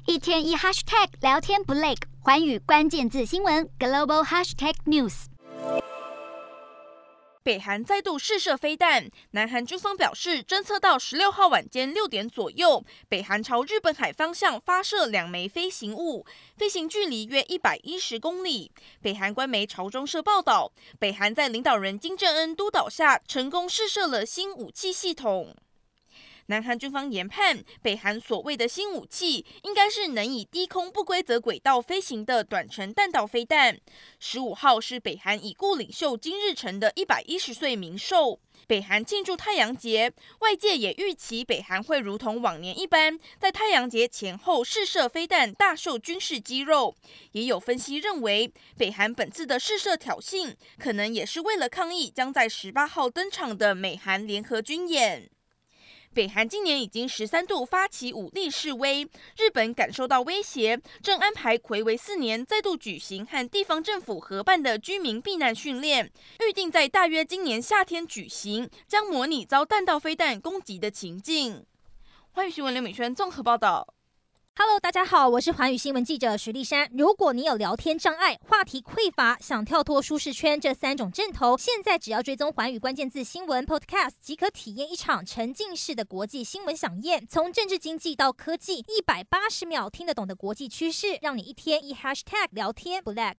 一天一 hashtag 聊天不累，寰宇关键字新闻 global hashtag news。 北韩再度试射飞弹，南韩军方表示，侦测到16号晚间6点左右，北韩朝日本海方向发射2枚飞行物，飞行距离约110公里。北韩官媒朝中社报道，北韩在领导人金正恩督导下，成功试射了新武器系统。南韩军方研判，北韩所谓的新武器，应该是能以低空不规则轨道飞行的短程弹道飞弹。15号是北韩已故领袖金日成的110岁冥寿。北韩庆祝太阳节，外界也预期北韩会如同往年一般，在太阳节前后试射飞弹，大秀军事肌肉。也有分析认为，北韩本次的试射挑衅，可能也是为了抗议将在18号登场的美韩联合军演。北韩今年已经13度发起武力示威，日本感受到威胁，正安排睽违4年再度举行和地方政府合办的居民避难训练，预定在大约今年夏天举行，将模拟遭弹道飞弹攻击的情境。寰宇新闻刘敏轩综合报道。 Hello， 大家好，我是寰宇新闻记者徐丽珊。如果你有聊天障碍、话题匮乏，想跳脱舒适圈这3种阵头，现在只要追踪寰宇关键字新闻 Podcast， 即可体验一场沉浸式的国际新闻飨宴。从政治经济到科技，180秒听得懂的国际趋势，让你一天一 hashtag 聊天不 lag。